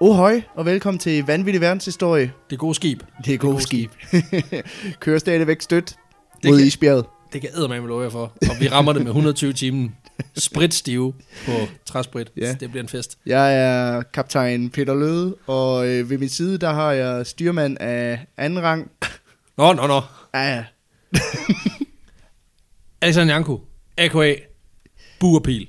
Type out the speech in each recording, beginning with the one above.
Ohøj, og velkommen til Vanvittig Verdenshistorie. Det gode skib. Det er gode skib. Kører stadigvæk stødt mod isbjerget. Det kan eddermame love jer for. Og vi rammer det med 120 timen. Spritstive på træsprit. Ja. Det bliver en fest. Jeg er kaptajn Peter Løde, og ved min side, der har jeg styrmand af anden rang. Nå. Ja. Alexander Janko, a.k.a. Buerpil.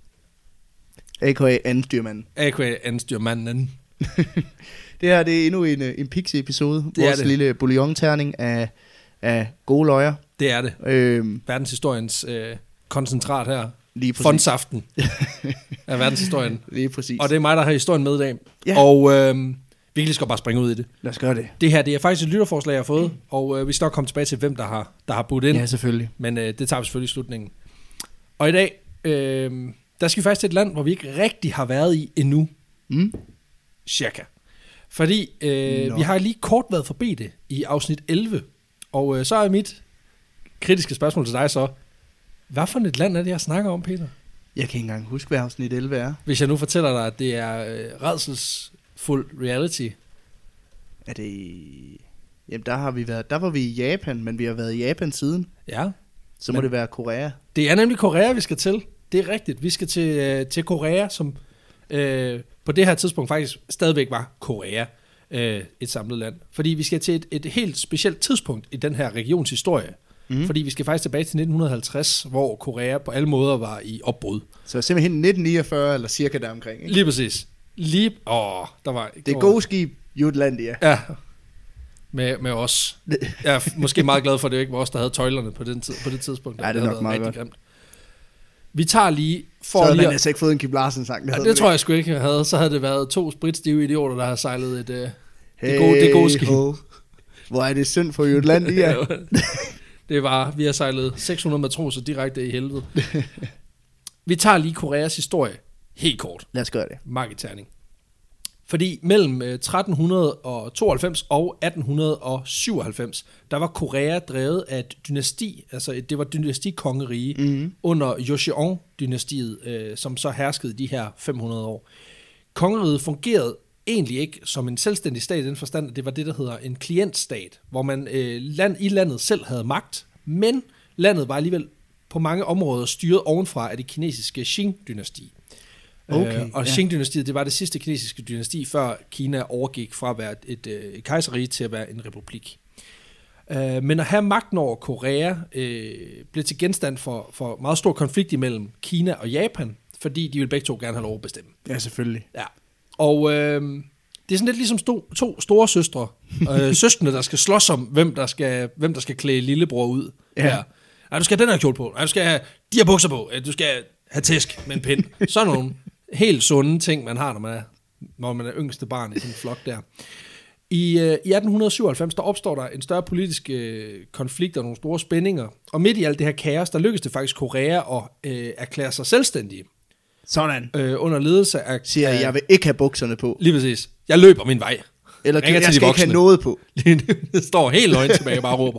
A.k.a. anden styrmanden. A.k.a. anden styrmanden. Det her, det er endnu en Pixie-episode. Vores lille bouillon-terning af gode løjer. Det er det. Verdenshistoriens koncentrat her. Lige præcis. Fondsaften af verdenshistorien. Lige præcis. Og det er mig, der har historien med i dag. Ja. Og vi kan lige så godt bare springe ud i det. Lad os gøre det. Det her, det er faktisk et lytterforslag, jeg har fået. Og vi skal nok komme tilbage til, hvem der har budt ind. Ja, selvfølgelig. Men det tager vi selvfølgelig i slutningen. Og i dag, der skal vi faktisk til et land, hvor vi ikke rigtig har været i endnu. Cirka. Fordi vi har lige kort været forbi det i afsnit 11. Og så er mit kritiske spørgsmål til dig så, hvad for et land er det, jeg snakker om, Peter? Jeg kan ikke engang huske, hvad afsnit 11 er. Hvis jeg nu fortæller dig, at det er rædselsfuld reality. Er det... Jamen, der var vi i Japan, men vi har været i Japan siden. Ja. Så må det være Korea. Det er nemlig Korea, vi skal til. Det er rigtigt. Vi skal til Korea, som på det her tidspunkt faktisk stadigvæk var Korea, et samlet land. Fordi vi skal til et helt specielt tidspunkt i den her regions historie. Fordi vi skal faktisk tilbage til 1950, hvor Korea på alle måder var i opbrud. Så simpelthen 1949 eller cirka deromkring, ikke? Lige præcis. Der var... Det er gode skib, Jutlandia. Ja, med os. Jeg er måske meget glad for, at det ikke var os, der havde tøjlerne på det tidspunkt. Ja, det er nok meget godt. Grimt. Vi tager lige... Så havde man altså ikke fået en Kim Larsen-sang. Det tror jeg sgu ikke, jeg havde. Så havde det været 2 spritstive idioter, der har sejlet det gode skib. Hvor er det synd for Jutlandia. Vi har sejlet 600 matroser direkte i helvede. Vi tager lige Koreas historie helt kort. Lad os gøre det. Marketerning. Fordi mellem 1392 og 1897, der var Korea drevet af et dynasti, altså det var et dynastikongerige under Joseon-dynastiet, som så herskede de her 500 år. Kongeriget fungerede egentlig ikke som en selvstændig stat i den forstand, at det var det, der hedder en klientstat, hvor man i landet selv havde magt, men landet var alligevel på mange områder styret ovenfra af det kinesiske Qing-dynasti. Okay, og Qing-dynastiet, det var det sidste kinesiske dynasti, før Kina overgik fra at være et kejserrige til at være en republik. Men at have magten over Korea blev til genstand for meget stor konflikt imellem Kina og Japan, fordi de ville begge to gerne have lov at bestemme. Ja, selvfølgelig. Ja. Og det er sådan lidt ligesom to store søstre, søskende, der skal slås om, hvem der skal klæde lillebror ud. Ja. Nej, du skal have den her kjole på. Nej, du skal have de her bukser på. Du skal have tæsk med en pind. Sådan nogle helt sunde ting, man har, når man er yngste barn i sådan en flok der. I 1897, der opstår der en større politisk konflikt og nogle store spændinger. Og midt i alt det her kaos, der lykkedes det faktisk Korea at erklære sig selvstændige. Sådan. Under ledelse af... Siger jeg vil ikke have bukserne på. Lige præcis. Jeg løber min vej. Eller jeg skal ikke have noget på. Det står helt løgn tilbage og bare råber.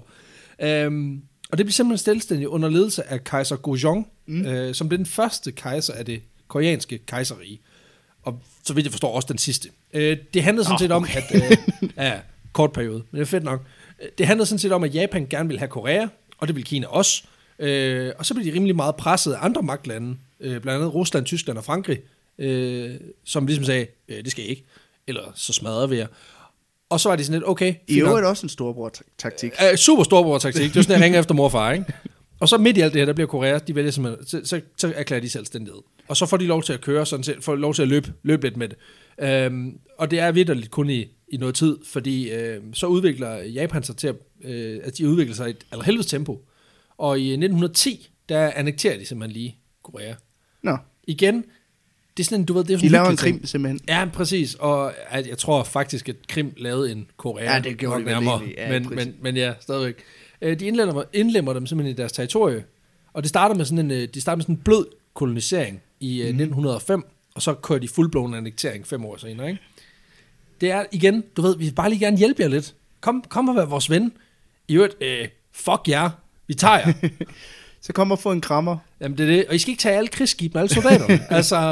Og det blev simpelthen selvstændigt under ledelse af kejser Gojong, som blev den første kejser af det koreanske kejserrige. Og så vidt jeg forstår også den sidste. Det handlede sådan set om, at... kort periode, men det er fedt nok. Det handlede sådan set om, at Japan gerne ville have Korea, og det ville Kina også. Og så blev de rimelig meget presset af andre magtlande, blandt andet Rusland, Tyskland og Frankrig, som ligesom sagde, det skal I ikke, eller så smadrer vi jer. Og så var de sådan lidt, okay. I øvrigt også en storbror-taktik. Super storbror-taktik. Det var sådan, jeg ringer efter mor og far, ikke? Og så midt i alt det her, der bliver Korea, de vælger simpelthen, så erklærer de selvstændighed. Og så får de lov til at køre, sådan set, får lov til at løbe lidt med det. Og det er vitterligt kun i noget tid, fordi så udvikler Japan sig til, at de udvikler sig i et allerhelvedes tempo. Og i 1910, der annekterer de simpelthen lige Korea. Nå. Igen, det er sådan, du ved, det er sådan de laver en Krim, simpelthen. Ja, præcis. Og jeg tror faktisk, at Krim lavede en Korea. Ja, det gjorde de nærmere. Ja, men ja, stadigvæk. De indlemmer dem simpelthen i deres territorie. Og det starter med sådan en blød kolonisering i 1905, og så kører de fuldblåen annektering 5 år senere, ikke? Det er igen, du ved, vi vil bare lige gerne hjælpe jer lidt. Kom og vær vores ven. I øvrigt, fuck jer. Vi tager jer. Så kom og få en krammer. Jamen det er det. Og I skal ikke tage alle krigsskib med alle soldaterne. Altså,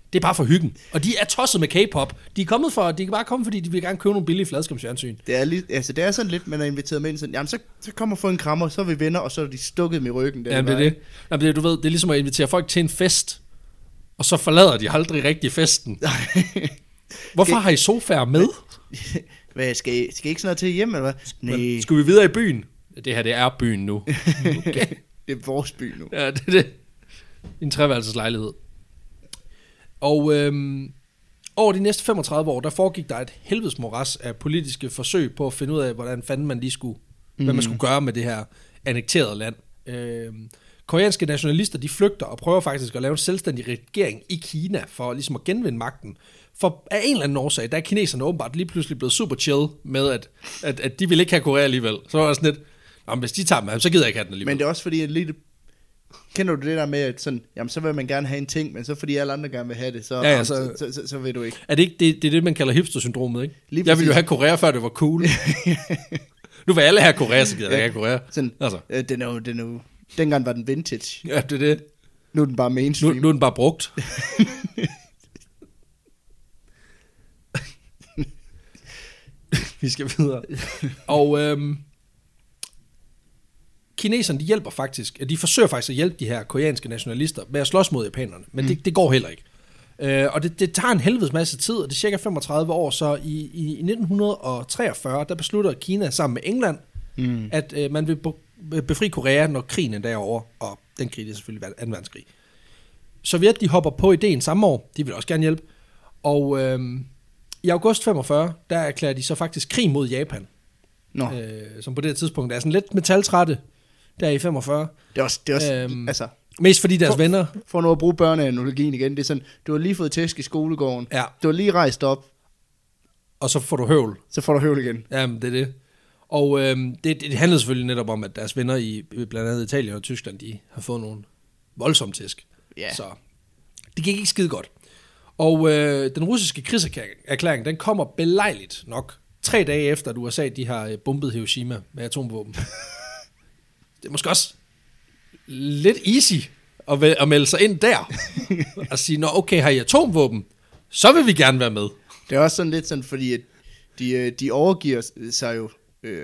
Det er bare for hyggen. Og de er tosset med K-pop. De kan bare komme, fordi de vil gerne købe nogle billige fladskærmsfjernsyn. Det er sådan lidt, man er inviteret med ind sådan, jamen så kommer få en krammer, så er vi venner, og så er de stukket med ryggen. Jamen det er det. Jamen, du ved, det er ligesom at invitere folk til en fest, og så forlader de aldrig rigtig festen. Hvorfor har I sofaer med? Hvad, skal I ikke snart til hjem, eller hvad? Nej. Skal vi videre i byen? Det her, det er byen nu. Okay. Det er vores by nu. Ja, det er det. En treværelseslejlighed. Og over de næste 35 år, der foregik der et helvedes moras af politiske forsøg på at finde ud af, hvordan fanden man lige skulle, hvad man skulle gøre med det her annekterede land. Koreanske nationalister, de flygter og prøver faktisk at lave en selvstændig regering i Kina, for ligesom at genvinde magten. For af en eller anden årsag, der er kineserne åbenbart lige pludselig blevet super chill med, at de vil ikke have Korea alligevel. Så var det sådan lidt, hvis de tager dem, så gider jeg ikke have den alligevel. Men det er også fordi, at lidt... Kender du det der med, at sådan, jamen så vil man gerne have en ting, men så fordi alle andre gerne vil have det, så vil du ikke. Er det ikke det er det, man kalder hipster-syndromet, ikke? Jeg ville jo have Korea, før det var cool. Nu vil alle have Korea, så gider jeg ikke have Korea. Sådan, altså. Den er jo, dengang var den vintage. Ja, det er det. Nu er den bare mainstream. Nu er den bare brugt. Vi skal videre. Og kineserne, de forsøger faktisk at hjælpe de her koreanske nationalister med at slås mod japanerne, men det går heller ikke. Og det tager en helvedes masse tid, og det er cirka 35 år, så i 1943, der beslutter Kina sammen med England, at man vil befri Korea, når krigen er derovre, og den krig, det er selvfølgelig 2. verdenskrig. Sovjet, de hopper på ideen samme år, de vil også gerne hjælpe, og i august 45, der erklærer de så faktisk krig mod Japan. Som på det tidspunkt er sådan lidt metaltrætte, der i 45. Det er også altså... Mest fordi deres venner... For nu at bruge børneanalogien igen, det er sådan, du har lige fået tæsk i skolegården, du har lige rejst op. Og så får du høvl. Så får du høvl igen. Jamen, det er det. Og det handlede selvfølgelig netop om, at deres venner i blandt andet Italien og Tyskland, de har fået nogle voldsomme tæsk. Yeah. Så det gik ikke skide godt. Og den russiske krigserklæring, den kommer belejligt nok 3 dage efter, at USA de har bombet Hiroshima med atomvåben. Det er måske også lidt easy at melde sig ind der. Og sige, nå okay, har I atomvåben? Så vil vi gerne være med. Det er også sådan lidt sådan, fordi at de overgiver sig jo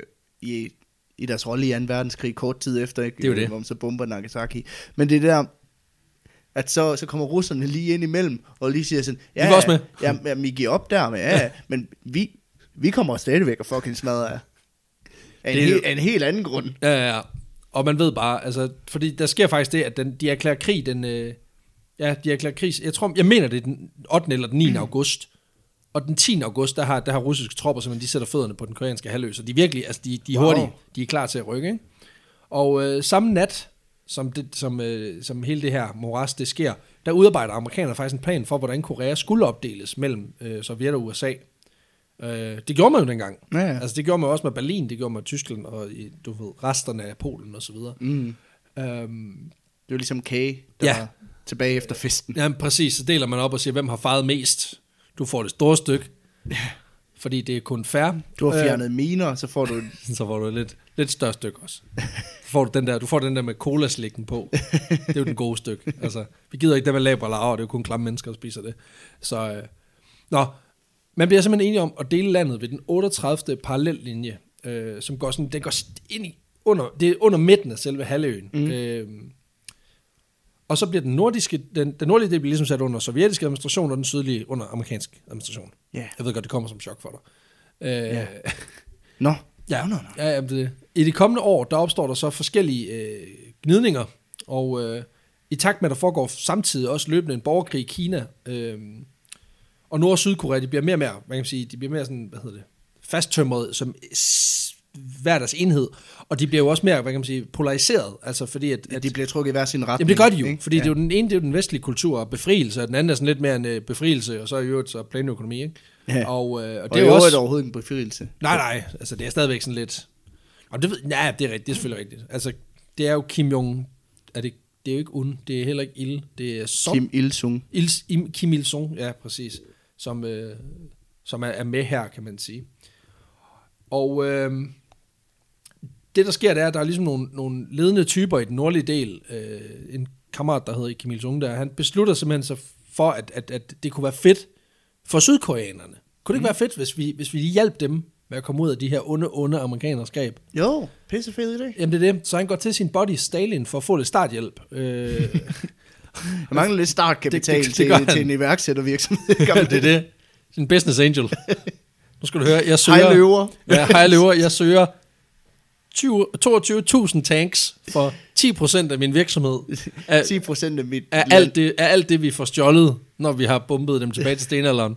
i deres rolle i 2. verdenskrig kort tid efter, ikke? Det er jo det. Hvor man så bomber Nagasaki. Men det der, at så kommer russerne lige ind imellem, og lige siger sådan, vi var også med. Jamen, I giver op der med, men vi kommer stadigvæk og fucking smadre af en helt anden grund. Ja. Og man ved bare, altså, fordi der sker faktisk det, at de erklærer krig de erklærer krig, jeg mener det er den 8. eller den 9. august, og den 10. august, der har russiske tropper, simpelthen, de sætter fødderne på den koreanske halvø, så de virkelig, altså, de er hurtige, de er klar til at rykke, ikke? Og samme nat, som hele det her moras, det sker, der udarbejder amerikanerne faktisk en plan for, hvordan Korea skulle opdeles mellem Sovjet og USA. Det gjorde man jo dengang. Ja. Altså det gjorde man også med Berlin, det gjorde man med Tyskland og du ved, resterne af Polen og så videre. Det var ligesom kage, der var tilbage efter festen. Ja, præcis. Så deler man op og siger, hvem har fejret mest. Du får det store stykke, fordi det er kun fair. Du har fjernet miner, så får du så får du et lidt større stykke også. Du får den der med colaslikken på. Det er jo den gode stykke. Altså, vi gider ikke det med laber og laver, det er jo kun klamme mennesker, der spiser det. Så man bliver simpelthen enige om at dele landet ved den 38. parallellinje, som går sådan, det går ind det er under midten af selve halvøen. Og så bliver den nordlige del bliver ligesom sat under sovjetisk administration, og den sydlige under amerikansk administration. Yeah. Jeg ved godt, det kommer som chok for dig. Nå. Ja, det. I de kommende år, der opstår der så forskellige gnidninger, og i takt med, at der foregår samtidig også løbende en borgerkrig i Kina, og Nord- og Sydkorea, de bliver mere og mere, hvad kan man sige, de bliver mere sådan, fasttømret som hver deres enhed, og de bliver jo også mere, hvad kan man sige, polariseret, altså fordi at de bliver trukket i hver sin retning. Jamen det gør de jo, ikke? Fordi det er jo den ene, det er jo den vestlige kultur og befrielse, og den anden er sådan lidt mere en befrielse, og så er jo så planøkonomi, ikke? Ja. Og det er jo også overhovedet en befrielse. Nej, altså det er stadigvæk sådan lidt, og det det er rigtigt, det er selvfølgelig rigtigt. Altså det er jo Kim Jong, det er jo ikke Un, det er heller ikke Il, det er Song. Kim Il-sung. Kim Il-sung, ja præcis, som er med her, kan man sige. Og det der sker, det er, at der er ligesom nogle ledende typer i den nordlige del. En kammerat, der hedder Kim Il-sung, han beslutter simpelthen sig for, at det kunne være fedt for sydkoreanerne. Kunne det ikke være fedt, hvis vi hjalp dem med at komme ud af de her onde amerikanerskab? Jo, pissefed idé. Jamen det er det. Så han går til sin buddy Stalin for at få lidt starthjælp. Der mangler lidt startkapital det til en iværksættervirksomhed. Det er det. En business angel. Nu skal du høre, jeg søger... Hej løver. Ja, hej løver. Jeg søger 22.000 tanks for 10% af min virksomhed. 10% af mit... Af alt det, vi får stjålet, når vi har bombet dem tilbage til stenalderen.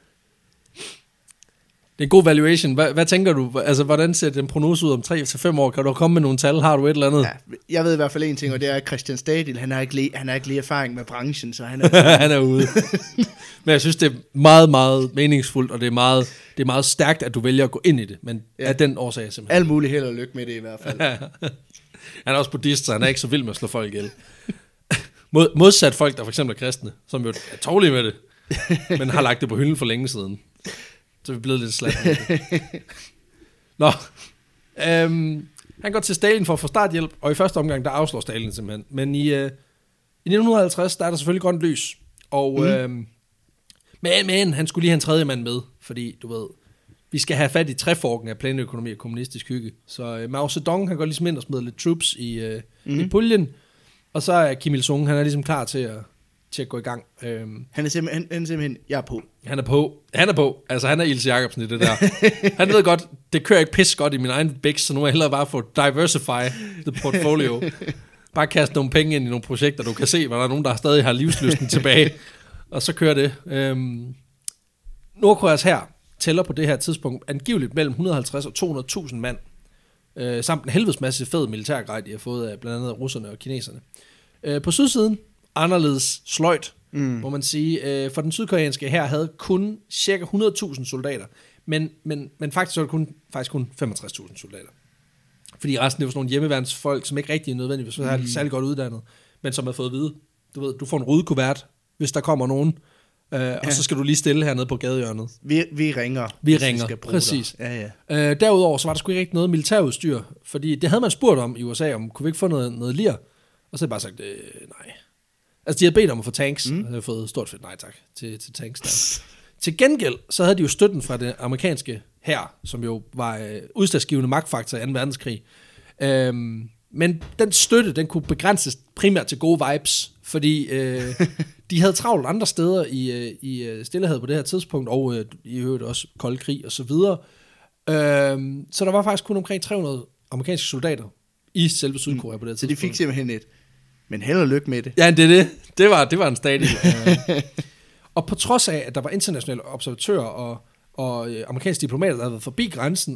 Det er en god valuation. Hvad tænker du? Altså, hvordan ser den prognose ud om 3-5 år? Kan du komme med nogle tal? Har du et eller andet? Ja, jeg ved i hvert fald en ting, og det er, at Christian Stadil, han har ikke lige erfaring med branchen, så han han er ude. Men jeg synes, det er meget, meget meningsfuldt, og det er meget stærkt, at du vælger at gå ind i det. Men af den årsag simpelthen. Alt muligt held og lykke med det i hvert fald. Han er også buddhist, så han er ikke så vild med at slå folk ihjel. Modsat folk, der for eksempel er kristne, som jo er tålige med det, men har lagt det på hylden for længe siden. Så vi er blevet lidt slat. Nå. Han går til Stalin for at få starthjælp, og i første omgang, der afslår Stalin simpelthen. Men i 1950, der er der selvfølgelig grønt lys. Og, men han skulle lige have en tredje mand med, fordi, du ved, vi skal have fat i træforken af planøkonomi og kommunistisk hygge. Så Mao Zedong, han går ligesom ind og smider lidt troops i puljen, og så er Kim Il-sung, han er ligesom klar til at gå i gang. Han er simpelthen, jeg er på. Han er på. Altså, han er Ilse Jacobsen i det der. Han ved godt, det kører ikke pis godt i min egen bæks, så nu er jeg hellere bare få diversify the portfolio. Bare kaste nogle penge ind i nogle projekter, du kan se, hvor der er nogen, der stadig har livslysten tilbage. Og så kører det. Nordkoreas hær tæller på det her tidspunkt angiveligt mellem 150 og 200.000 mand. Samt en helvedes masse fed militærgrej, de har fået af blandt andet russerne og kineserne. På sydsiden, anderledes sløjt, må man sige. For den sydkoreanske hær havde kun cirka 100.000 soldater, men faktisk var det kun 65.000 soldater. Fordi resten, det var sådan nogle hjemmeværnsfolk, som ikke rigtig nødvendigvis var særlig godt uddannet, men som havde fået at vide, du får en rudekuvert, hvis der kommer nogen, og så skal du lige stille hernede på gadehjørnet. Vi ringer. Vi ringer, præcis. Ja. Derudover, så var der sgu ikke rigtig noget militærudstyr, fordi det havde man spurgt om i USA, om kunne vi ikke få noget lir, og så havde jeg bare sagt, nej. Altså, de havde bedt om at få tanks, og havde fået stort fedt nej tak til tanks der. Til gengæld, så havde de jo støtten fra det amerikanske hær, som jo var udslagsgivende magtfaktor i 2. verdenskrig. Men den støtte, den kunne begrænses primært til gode vibes, fordi de havde travlt andre steder i Stillehavet på det her tidspunkt, og i øvrigt også kold krig og så videre. Så der var faktisk kun omkring 300 amerikanske soldater i selve Sydkorea på det her tidspunkt. Så de fik simpelthen men held og lykke med det. Ja, det er det. Det var en stadie. Og på trods af, at der var internationale observatører og amerikanske diplomater, der havde været forbi grænsen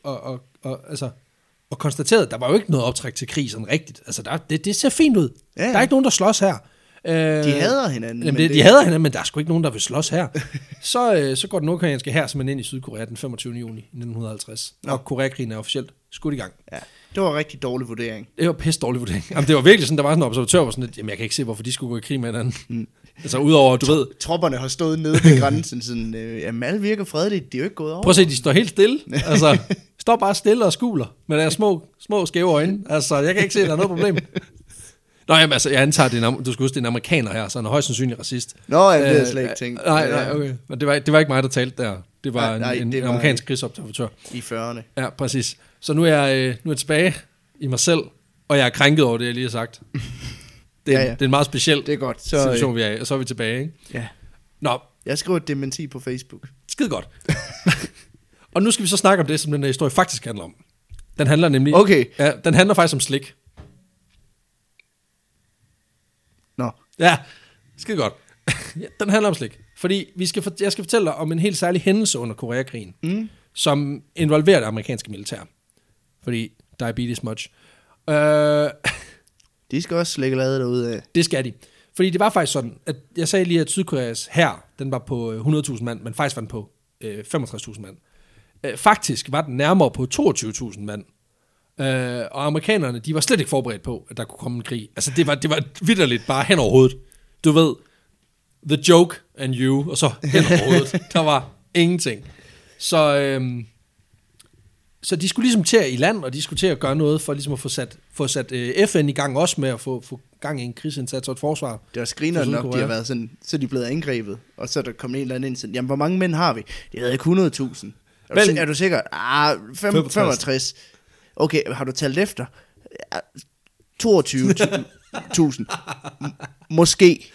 og konstateret, at der var jo ikke noget optræk til krig sådan rigtigt. Altså, det ser fint ud. Ja. Der er ikke nogen, der slås her. De hader hinanden. Jamen, de hader hinanden, men der er sgu ikke nogen, der vil slås her. Så går den nordkoreanske hær simpelthen ind i Sydkorea den 25. juni 1950. Og Koreakrigen er officielt skudt i gang. Ja. Det var en rigtig dårlig vurdering. Det var pisse dårlig vurdering. Jamen, det var virkelig sådan, der var sådan en observatør, hvor sådan lidt, jamen jeg kan ikke se, hvorfor de skulle gå i krig med hinanden. Altså udover, du ved... Tropperne har stået nede ved grænsen, sådan, jamen alle virker fredeligt, de er jo ikke gået over. Prøv at se, de står helt stille. Altså, står bare stille og skuler med deres små skæve øjne. Altså, jeg kan ikke se, at der er noget problem. Nå, jamen, altså, jeg antager, du skal huske, det er en amerikaner her, så han er højst sandsynlig racist. Nå, jeg ved slet ikke tænkt. Nej, okay. Men det var ikke mig, der talte der. Det var en amerikansk krigsobservatør. I 40'erne. Ja, præcis. Så nu er jeg tilbage i mig selv, og jeg er krænket over det, jeg lige har sagt. Det er en meget speciel situation, vi er i, og så er vi tilbage, ikke? Ja. Nå. Jeg skriver et dementi på Facebook. Skide godt. Og nu skal vi så snakke om det, som den her historie faktisk handler om. Den handler nemlig... Okay. Ja, den handler faktisk om slik. Nå. Ja, skide godt. Ja, den handler om slik. Fordi jeg skal fortælle dig om en helt særlig hændelse under Koreakrigen, som involverer det amerikanske militær. Fordi diabetes much. De skal også slikke lade derude af. Det skal de. Fordi det var faktisk sådan, at jeg sagde lige, at Sydkoreas hær, den var på 100.000 mand, men faktisk var den på 65.000 mand. Faktisk var den nærmere på 22.000 mand. Og amerikanerne, de var slet ikke forberedt på, at der kunne komme en krig. Altså det var vitterligt bare hen over hovedet. Du ved, the joke and you, og så hen over hovedet. Der var ingenting. Så Så de skulle ligesom til i land, og de skulle til at gøre noget for ligesom at få sat FN i gang også med at få gang i en krigsindsats og et forsvar. Det var skriner nok, de har været sådan, så de er blevet angrebet, og så er der kommet en eller anden ind sådan, jamen hvor mange mænd har vi? Det ved ikke 100.000. Er du sikker? 65. Okay, har du talt efter? 22.000. Måske.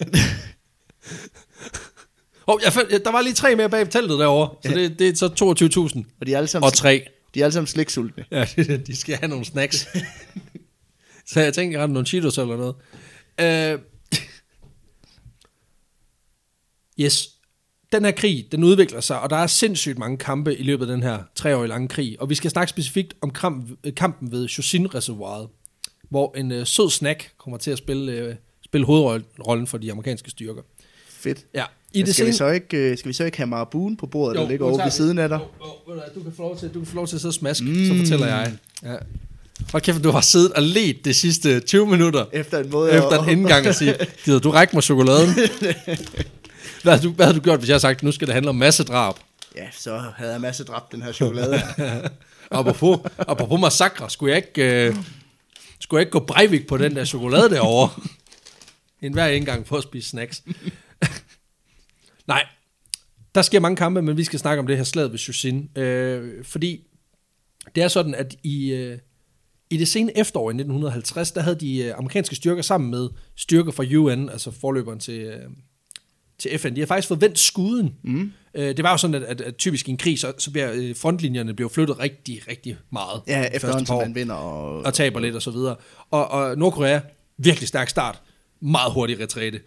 Der var lige 3 mere bag teltet derovre, så det er så 22.000. Og de er alle sammen, og 3. De er alle sammen sliksultne. Ja, de skal have nogle snacks. Så jeg tænker ret nogle Cheetos eller noget. Yes. Den her krig, den udvikler sig, og der er sindssygt mange kampe i løbet af den her 3-årige lange krig. Og vi skal snakke specifikt om kampen ved Chosin-reservoiret, hvor en sød snack kommer til at spille hovedrollen for de amerikanske styrker. Fedt. Ja. Skal vi så ikke have Marabuen på bordet, der ligger over ved siden af dig? Du kan få lov til at sidde og smaske, så fortæller jeg. Ja. Hold kæft, du har siddet og ledt de sidste 20 minutter efter en indgang og sige, gider du række mig chokoladen? Hvad havde du gjort, hvis jeg havde sagt, nu skal det handle om massedrab? Ja, så havde jeg massedrabt den her chokolade. Apropos massakre, skulle jeg ikke gå Breivik på den der chokolade derovre? En hver indgang for at spise snacks. Nej, der sker mange kampe, men vi skal snakke om det her slaget ved Chosin. Fordi det er sådan, at i det sene efterår i 1950, der havde de amerikanske styrker sammen med styrker fra UN, altså forløberen til FN, de havde faktisk fået vendt skuden. Det var jo sådan, at typisk i en krig, så bliver frontlinjerne bliver flyttet rigtig, rigtig meget. Ja, efterhånden som man vinder. Og taber lidt og så videre. Og Nordkorea, virkelig stærk start, meget hurtig retræte.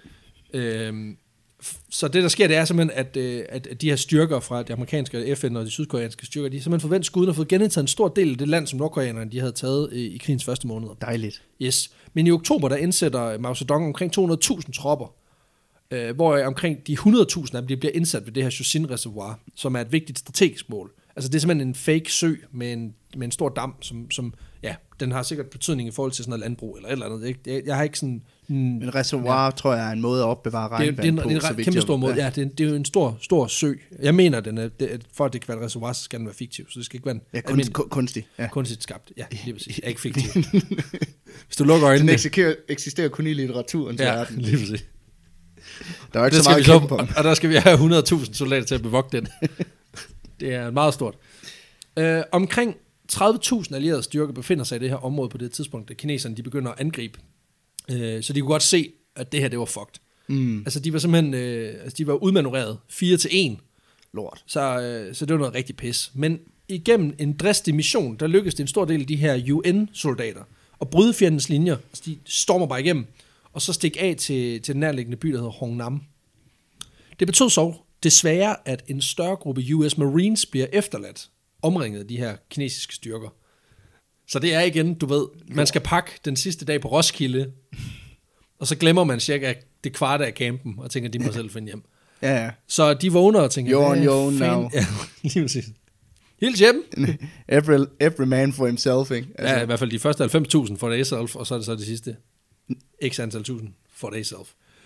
Så det, der sker, det er simpelthen, at de her styrker fra de amerikanske FN og de sydkoreanske styrker, de har simpelthen forventet skuden og fået genindtaget en stor del af det land, som nordkoreanerne de havde taget i krigens første måneder. Dejligt. Yes. Men i oktober, der indsætter Mao Zedong omkring 200.000 tropper, hvor omkring de 100.000 af dem bliver indsat ved det her Chosin-reservoir, som er et vigtigt strategisk mål. Altså det er simpelthen en fake sø med en stor dam, som ja, den har sikkert betydning i forhold til sådan noget landbrug eller et eller andet. Jeg har ikke sådan... En reservoir, tror jeg, er en måde at opbevare regnvand på. Det er en kæmpe stor måde. Ja, det er jo en stor sø. Jeg mener, for at det kan være et reservoir, så skal den være fiktiv. Så det skal ikke være en kunstig. Ja. Kunstigt skabt. Ja, lige præcis. Ikke fiktiv. Hvis du lukker øjnene... Den eksisterer kun i litteraturens verden. Ja, lige præcis. Der er ikke så meget kæmpe på. Og der skal vi have 100.000 soldater til at bevogte den. Det er meget stort. Omkring 30.000 allierede styrker befinder sig i det her område på det tidspunkt, da kineserne de begynder at angribe. Så de kunne godt se, at det her, det var fucked. Altså, de var simpelthen de var udmanøvreret 4-1. Lort. Så det var noget rigtig pis. Men igennem en dristig mission, der lykkedes det en stor del af de her UN-soldater at bryde fjendens linjer. Altså, de stormer bare igennem, og så stikke af til den nærliggende by, der hedder Hongnam. Det betød så desværre, at en større gruppe US Marines bliver efterladt, omringet af de her kinesiske styrker. Så det er igen, du ved, man skal pakke den sidste dag på Roskilde, og så glemmer man cirka det kvarte af campen, og tænker, de må selv finde hjem. Ja. Så de vågner og tænker, you're on your own now. Ja, lige præcis. Helt hjem. Every man for himself, ikke? Altså. Ja, i hvert fald de første 90.000 for they self, og så er det så det sidste x antal tusind for they self.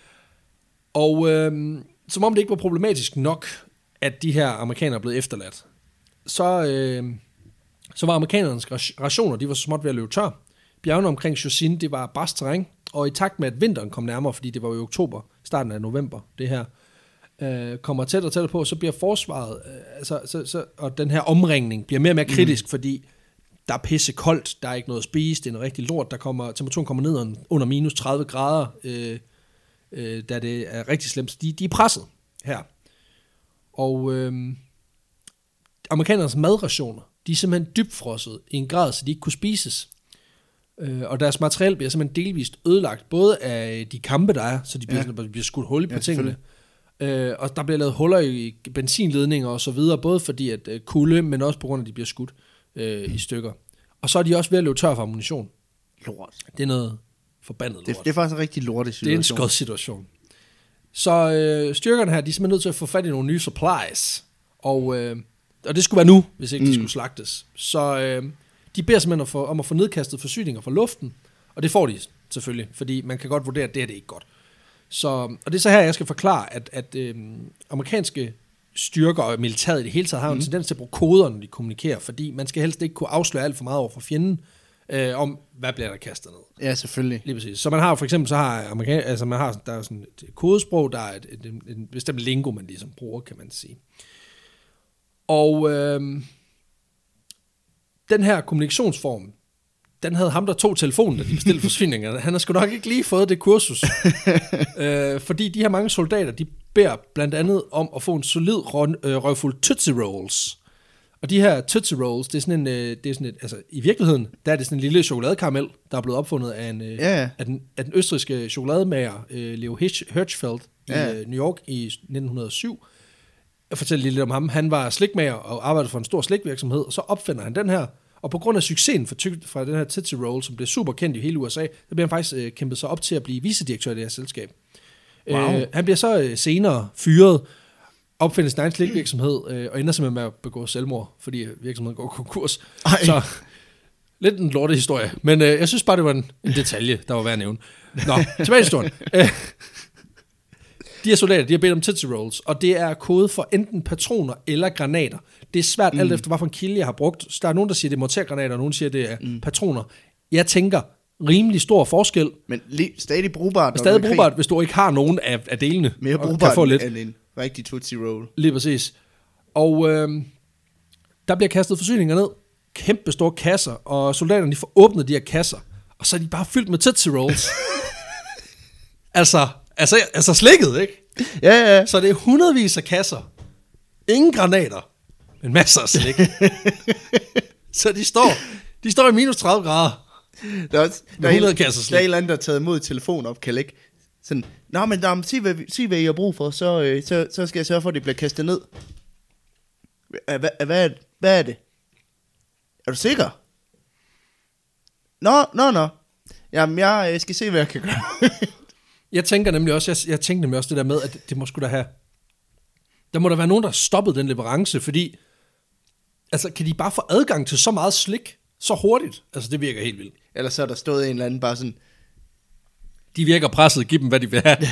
Og som om det ikke var problematisk nok, at de her amerikanere blev efterladt, så var amerikanernes rationer, de var så småt ved at løbe tør. Bjergene omkring Chosin, det var barsk terræn, og i takt med, at vinteren kom nærmere, fordi det var i oktober, starten af november, det her, kommer tættere og tættere på, så bliver forsvaret, og den her omringning bliver mere og mere kritisk, fordi der er pisse koldt, der er ikke noget at spise, det er noget rigtig lort, temperaturen kommer ned under minus 30 grader, da det er rigtig slemt. De er presset her. Og amerikanernes madrationer, de er simpelthen dybfrosset i en grad, så de ikke kunne spises. Og deres materiel bliver simpelthen delvist ødelagt, både af de kampe, der er, så de bliver skudt hul på tingene. Og der bliver lavet huller i benzinledninger og så videre, både fordi at kulde, men også på grund af, at de bliver skudt i stykker. Og så er de også ved at løbe tør for ammunition. Lort. Det er noget forbandet lort. Det er faktisk en rigtig lortig situation. Det er en skød situation. Så styrkerne her, de er simpelthen nødt til at få fat i nogle nye supplies. Og det skulle være nu, hvis ikke de skulle slagtes. Så de beder simpelthen om at få nedkastet forsyninger fra luften. Og det får de selvfølgelig, fordi man kan godt vurdere, at det er ikke godt. Og det er så her, jeg skal forklare, at amerikanske styrker og militæret i det hele taget har en tendens til at bruge koder, når de kommunikerer, fordi man skal helst ikke kunne afsløre alt for meget over for fjenden, om hvad bliver der kastet ned. Ja, selvfølgelig. Lige præcis. Så man har for eksempel, så har der er sådan et kodesprog, der er en bestemt lingo, man ligesom bruger, kan man sige. Og den her kommunikationsform, den havde ham, der tog telefonen, da de bestilte forsyningerne. Han har sgu nok ikke lige fået det kursus. Fordi de her mange soldater, de beder blandt andet om at få en solid røgfuld Tootsie Rolls. Og de her Tootsie Rolls, det er sådan altså i virkeligheden, der er det sådan en lille chokoladekaramel, der er blevet opfundet af den østrigske chokolademager Leo Hirschfeld i New York i 1907. Jeg fortæller lidt om ham. Han var slikmager og arbejdede for en stor slikvirksomhed, og så opfinder han den her. Og på grund af succesen fra den her Tootsie Roll, som blev super kendt i hele USA, der bliver han faktisk kæmpet sig op til at blive vicedirektør i det her selskab. Wow. Han bliver så senere fyret, opfinder sin egen slikvirksomhed, og ender simpelthen med at begå selvmord, fordi virksomheden går konkurs. Ej. Så lidt en lortehistorie, men jeg synes bare, det var en detalje, der var værd at nævne. Nå, tilbage til historien. De her soldater, de har bedt om Tootsie Rolls, og det er kode for enten patroner eller granater. Det er svært alt efter, hvad for en kilde jeg har brugt. Så der er nogen, der siger, det er mortergranater, og nogen siger, det er patroner. Jeg tænker, rimelig stor forskel. Men stadig brugbart. Stadig brugbart, hvis du ikke har nogen af delene. Mere brugbart end en rigtig Tootsie Roll. Lige præcis. Og der bliver kastet forsyninger ned. Kæmpe store kasser, og soldaterne de får åbnet de her kasser, og så er de bare fyldt med Tootsie Rolls. Altså slikket, ikke? Ja. Så det er hundredvis af kasser. Ingen granater, men masser af slik. Så de står i minus 30 grader. Der er 100 kasser slik. Der er en eller anden, der har taget imod telefonopkald, ikke? Sådan, nå, men sig hvad I har brug for, så skal jeg sørge for, at det bliver kastet ned. Hvad er det? Er du sikker? Nå. Jamen, jeg skal se, hvad jeg kan gøre. Jeg tænkte nemlig også det der med, at det må sgu da have... Der må der være nogen, der har stoppet den leverance, fordi... Altså, kan de bare få adgang til så meget slik så hurtigt? Altså, det virker helt vildt. Eller så er der stået en eller anden bare sådan... De virker presset, giv dem, hvad de vil have.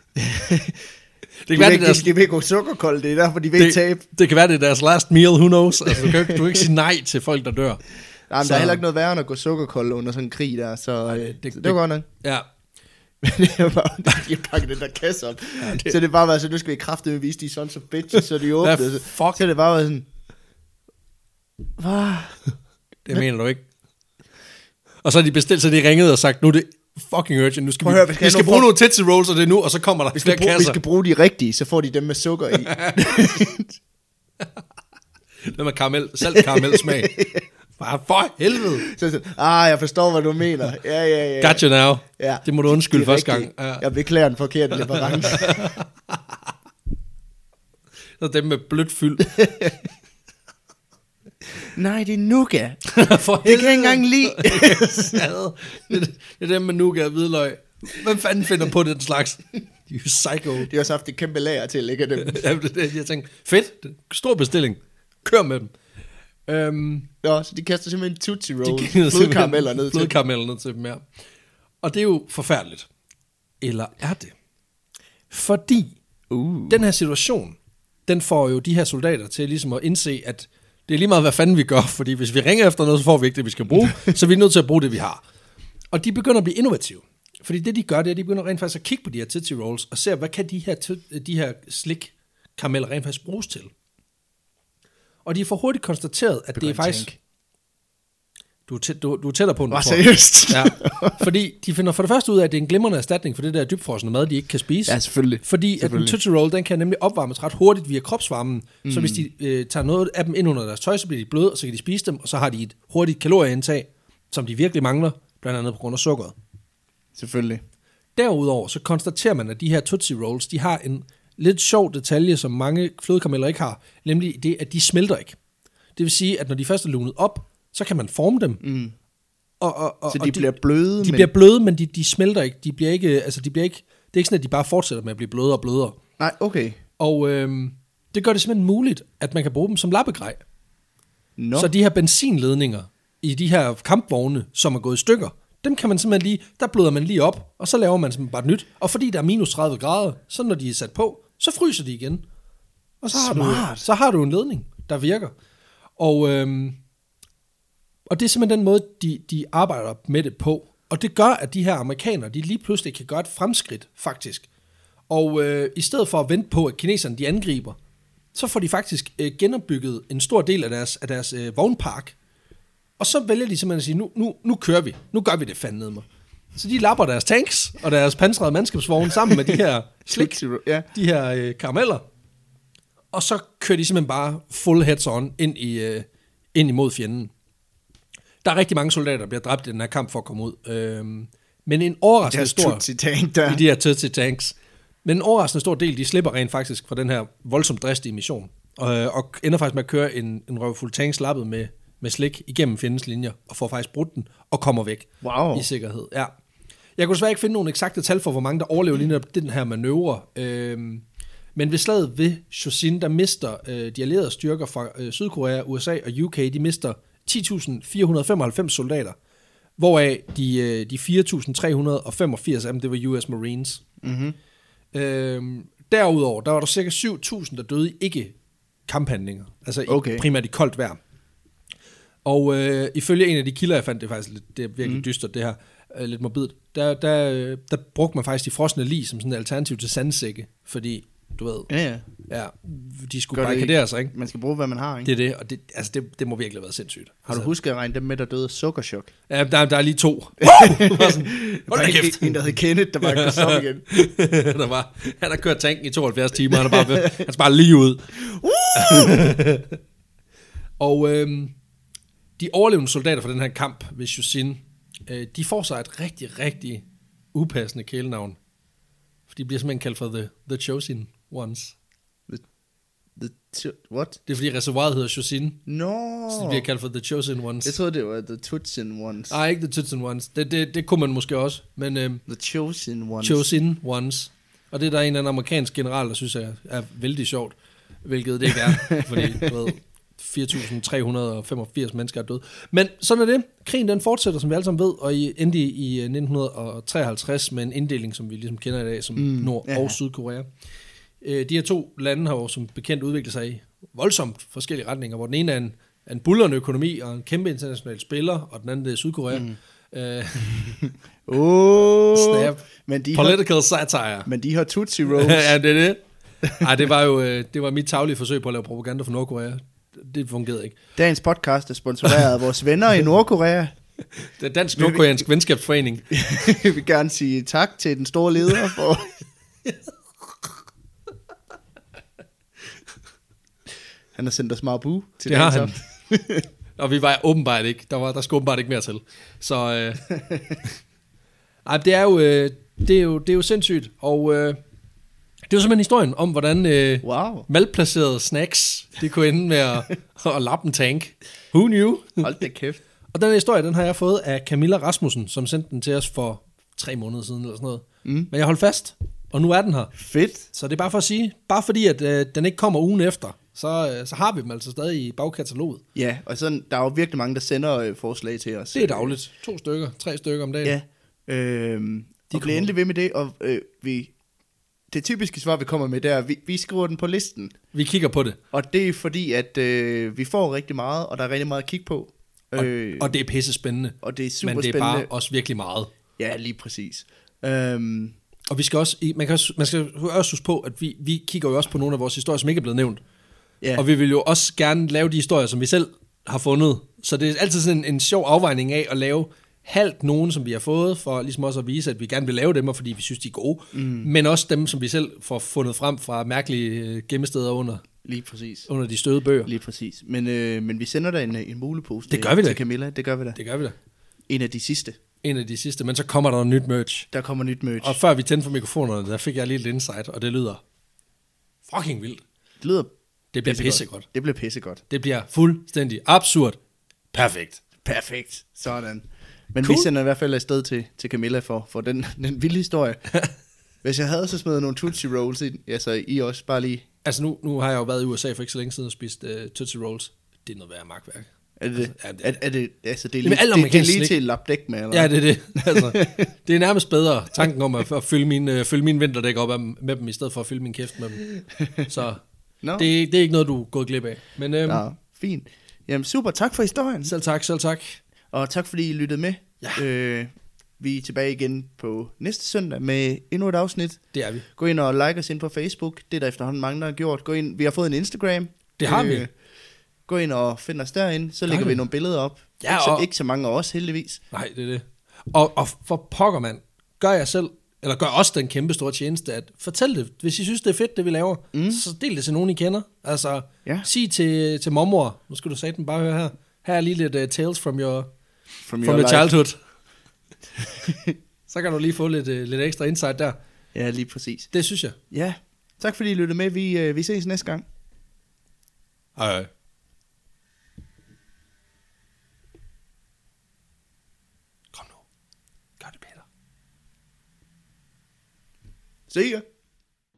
De vil gå sukkerkold, det er derfor, de vil ikke tabe. Det kan være, det er deres last meal, who knows? Altså, du kan ikke sige nej til folk, der dør. Nej, men der er heller ikke noget værre end at gå sukkerkold under sådan en krig der, så det var godt nok. Ja. Det er bare, de har pakket den der kasse op. Ja, så det er bare været så nu skal vi kraftedeme vise de sons of bitches, så de åbnede. Så det bare været sådan... Hvad? Det mener du ikke. Og så har de bestilt, så de ringede og sagt, nu er det fucking urgent, nu skal vi skal bruge nogle Tootsie Rolls, og det er nu, og så kommer der flere kasser. Vi skal bruge de rigtige, så får de dem med sukker i. Det med salt karamel smag. For helvede. Jeg forstår, hvad du mener. Ja. Got you now. Ja, det må du undskylde første gang. Ja. Jeg beklager den forkerte leverance. Så dem med blødt fyld. Nej, det er nougat. Det kan jeg ikke engang lide. Det er dem med nougat og hvidløg. Hvem fanden finder på den slags? De er jo psycho. De har også haft et kæmpe lager til at lægge dem. Jeg tænkte, fedt. Stor bestilling. Kør med dem. Så de kaster simpelthen Tootsie Rolls, flødekarameller ned til flødekarameller ned til dem, ja. Og det er jo forfærdeligt. Eller er det? Fordi den her situation, den får jo de her soldater til ligesom at indse, at det er lige meget, hvad fanden vi gør, fordi hvis vi ringer efter noget, så får vi ikke det, vi skal bruge, så vi er nødt til at bruge det, vi har. Og de begynder at blive innovative. Fordi det, de gør, det er, at de begynder rent faktisk at kigge på de her Tootsie Rolls, og se, hvad kan de her slik-karameller rent faktisk bruges til. Og de får hurtigt konstateret, at det er faktisk... Du er tættere på en seriøst? Ja, fordi de finder for det første ud af, at det er en glimrende erstatning for det der dybfrosne mad, de ikke kan spise. Ja, selvfølgelig. Fordi at en Tootsie Roll, den kan nemlig opvarmes ret hurtigt via kropsvarmen. Så hvis de tager noget af dem ind under deres tøj, så bliver de bløde, og så kan de spise dem, og så har de et hurtigt kalorieindtag, som de virkelig mangler, blandt andet på grund af sukkeret. Selvfølgelig. Derudover så konstaterer man, at de her Tootsie Rolls, de har en lidt sjov detalje, som mange flødekarameller ikke har, nemlig det, at de smelter ikke. Det vil sige, at når de først er lunet op, så kan man forme dem. Så de bliver bløde? De bliver bløde, men de smelter ikke. Det er ikke sådan, at de bare fortsætter med at blive blødere og blødere. Nej, okay. Og det gør det simpelthen muligt, at man kan bruge dem som lappegrej. Så de her benzinledninger i de her kampvogne, som er gået i stykker, dem kan man simpelthen lige, der bløder man lige op, og så laver man simpelthen bare et nyt. Og fordi der er minus 30 grader, så når de er sat på, så fryser de igen. Og så har du en ledning, der virker. Og det er simpelthen den måde, de arbejder med det på. Og det gør, at de her amerikanere, de lige pludselig kan gøre et fremskridt, faktisk. Og i stedet for at vente på, at kineserne de angriber, så får de faktisk genopbygget en stor del af deres vognpark. Og så vælger de simpelthen at sige, nu kører vi. Nu gør vi det fandme mig. Så de lapper deres tanks og deres pansrede mandskabsvogne sammen med de her slik, de her karameller. Og så kører de simpelthen bare full heads on ind imod fjenden. Der er rigtig mange soldater, der bliver dræbt i den her kamp for at komme ud. Men en overraskende stor... I de her Tutsi tanks. Men en overraskende stor del, de slipper rent faktisk fra den her voldsomt dristige mission. Og ender faktisk med at køre en røvfuld tanks lappet med slik igennem fjendens linjer, og får faktisk brudt den, og kommer væk i sikkerhed. Ja. Jeg kunne desværre ikke finde nogle eksakte tal for, hvor mange der overlever lige netop den her manøvre. Men ved slaget ved Chosin, der mister de allierede styrker fra Sydkorea, USA og UK, de mister 10.495 soldater, hvoraf de 4.385 af dem, det var US Marines. Mm-hmm. Derudover, der var der cirka 7.000, der døde i ikke-kamphandlinger, altså primært i koldt vejr. Og ifølge en af de kilder, jeg fandt, det er faktisk det er virkelig dystert det her, lidt morbidt, der brugte man faktisk de frosne lig som sådan et alternativ til sandsække, fordi, du ved, ja, de skulle barrikadere sig, ikke? Man skal bruge, hvad man har, ikke? Det er det, og det må virkelig have været sindssygt. Har du husket at regne dem med, der døde af sukkerchok? Ja, der er lige 2. Hold da kæft. En, der hed Kenneth, der bare kunne stoppe igen. Han har kørt tanken i 72 timer, han er bare lige ud. Og de overlevende soldater fra den her kamp ved Chosin, de får sig et rigtig, rigtig upassende kælenavn. For de bliver simpelthen kaldt for The Chosen Ones. What? Det er fordi reservoiret hedder Chosin. No. Så de bliver kaldt for The Chosen Ones. Jeg troede, det var The Tutsin Ones. Nej, ikke The Tutsin Ones. Det kunne man måske også. Men, The Chosen Ones. Chosen Ones. Og det er der en eller anden amerikansk general, der synes er vældig sjovt. Hvilket det ikke er. Fordi, du ved, 4.385 mennesker er døde. Men sådan er det. Krigen den fortsætter, som vi alle sammen ved, og endte i 1953 med en inddeling, som vi ligesom kender i dag, som Nord- og Sydkorea. De her 2 lande har jo som bekendt udviklet sig i voldsomt forskellige retninger, hvor den ene er en buldrende økonomi og en kæmpe international spiller, og den anden er Sydkorea. Snap. Political satire. Men de har Tootsie Rolls. Ja, det er det. Ej, det var mit taglige forsøg på at lave propaganda for Nordkorea. Det fungerede ikke. Dagens podcast er sponsoreret af vores venner i Nordkorea. Det er Dansk Nordkoreansk Venskabsforening. Jeg vil gerne sige tak til den store leder for... Han har sendt os meget bu til det har han. Og vi var åbenbart ikke. Der skulle åbenbart ikke mere til. Så ej, det er jo sindssygt. Og det er jo simpelthen historien om, hvordan malplacerede snacks, de kunne ende med at lappe en tank. Who knew? Hold da kæft. Og den historie, den har jeg fået af Camilla Rasmussen, som sendte den til os for 3 måneder siden, eller sådan noget. Men jeg holdt fast, og nu er den her. Fedt. Så det er bare for at sige, bare fordi at den ikke kommer ugen efter, så har vi dem altså stadig i bagkataloget. Ja, og sådan, der er jo virkelig mange, der sender forslag til os. Det er dagligt. 2 stykker, 3 stykker om dagen. Ja, de bliver endelig ved med det, og det typiske svar, vi kommer med, det er, vi skriver den på listen. Vi kigger på det. Og det er fordi, at vi får rigtig meget, og der er rigtig meget at kigge på. Og det er pisse spændende. Og det er super spændende. Men det er spændende. bare også virkelig meget. Ja, lige præcis. Og vi skal også, man skal også huske på, at vi kigger jo også på nogle af vores historier, som ikke er blevet nævnt. Yeah. Og vi vil jo også gerne lave de historier, som vi selv har fundet. Så det er altid sådan en sjov afvejning af at lave halvt nogen, som vi har fået, for ligesom også at vise, at vi gerne vil lave dem, fordi vi synes, de er gode. Men også dem, som vi selv får fundet frem fra mærkelige gemmesteder under. Lige præcis. Under de støde bøger. Lige præcis. Men vi sender da en mulepose til Camilla. Det gør vi da. En af de sidste. Men så kommer der nyt merch. Der kommer nyt merch. Og før vi tændte for mikrofonerne, der fik jeg lige et insight, og det lyder fucking vildt. Det bliver pissegodt. Det bliver pissegodt. Det bliver fuldstændig absurd. Perfekt. Sådan. Men cool. Vi sender i hvert fald afsted til Camilla for den vilde historie. Hvis jeg havde så smidt nogle Tootsie Rolls ind, så I også bare lige... Altså nu har jeg jo været i USA for ikke så længe siden og spist Tootsie Rolls. Det er noget værd magtværk. Er det det? Er det altså det er lige til at lappe dæk med, eller? Ja, det er det. Altså, det er nærmest bedre tanken om at fylde min vinterdæk op med dem, i stedet for at fylde min kæft med dem. Så No. Det er ikke noget, du er gået glip af. Men, ja, fint. Jamen super, tak for historien. Selv tak. Og tak fordi I lyttede med. Ja. Vi er tilbage igen på næste søndag med endnu et afsnit. Det er vi. Gå ind og like os ind på Facebook. Det er der efterhånden mange, der har gjort. Gå ind. Vi har fået en Instagram. Det har vi. Gå ind og find os derinde. Så lægger vi nogle billeder op. Ja, ikke så mange af os, heldigvis. Nej, det er det. Og for pokker, mand, gør os den kæmpe store tjeneste, at fortæl det, hvis I synes, det er fedt, det vi laver, så del det til nogen, I kender. Altså, sig til mormor, nu skal du sige den bare høre her. Her er lige lidt tales from your childhood. Så kan du lige få lidt ekstra insight der. Ja, lige præcis. Det synes jeg. Ja, tak fordi I lyttede med. Vi ses næste gang. Hej. Kom nu. Gør det, Peter. See ya.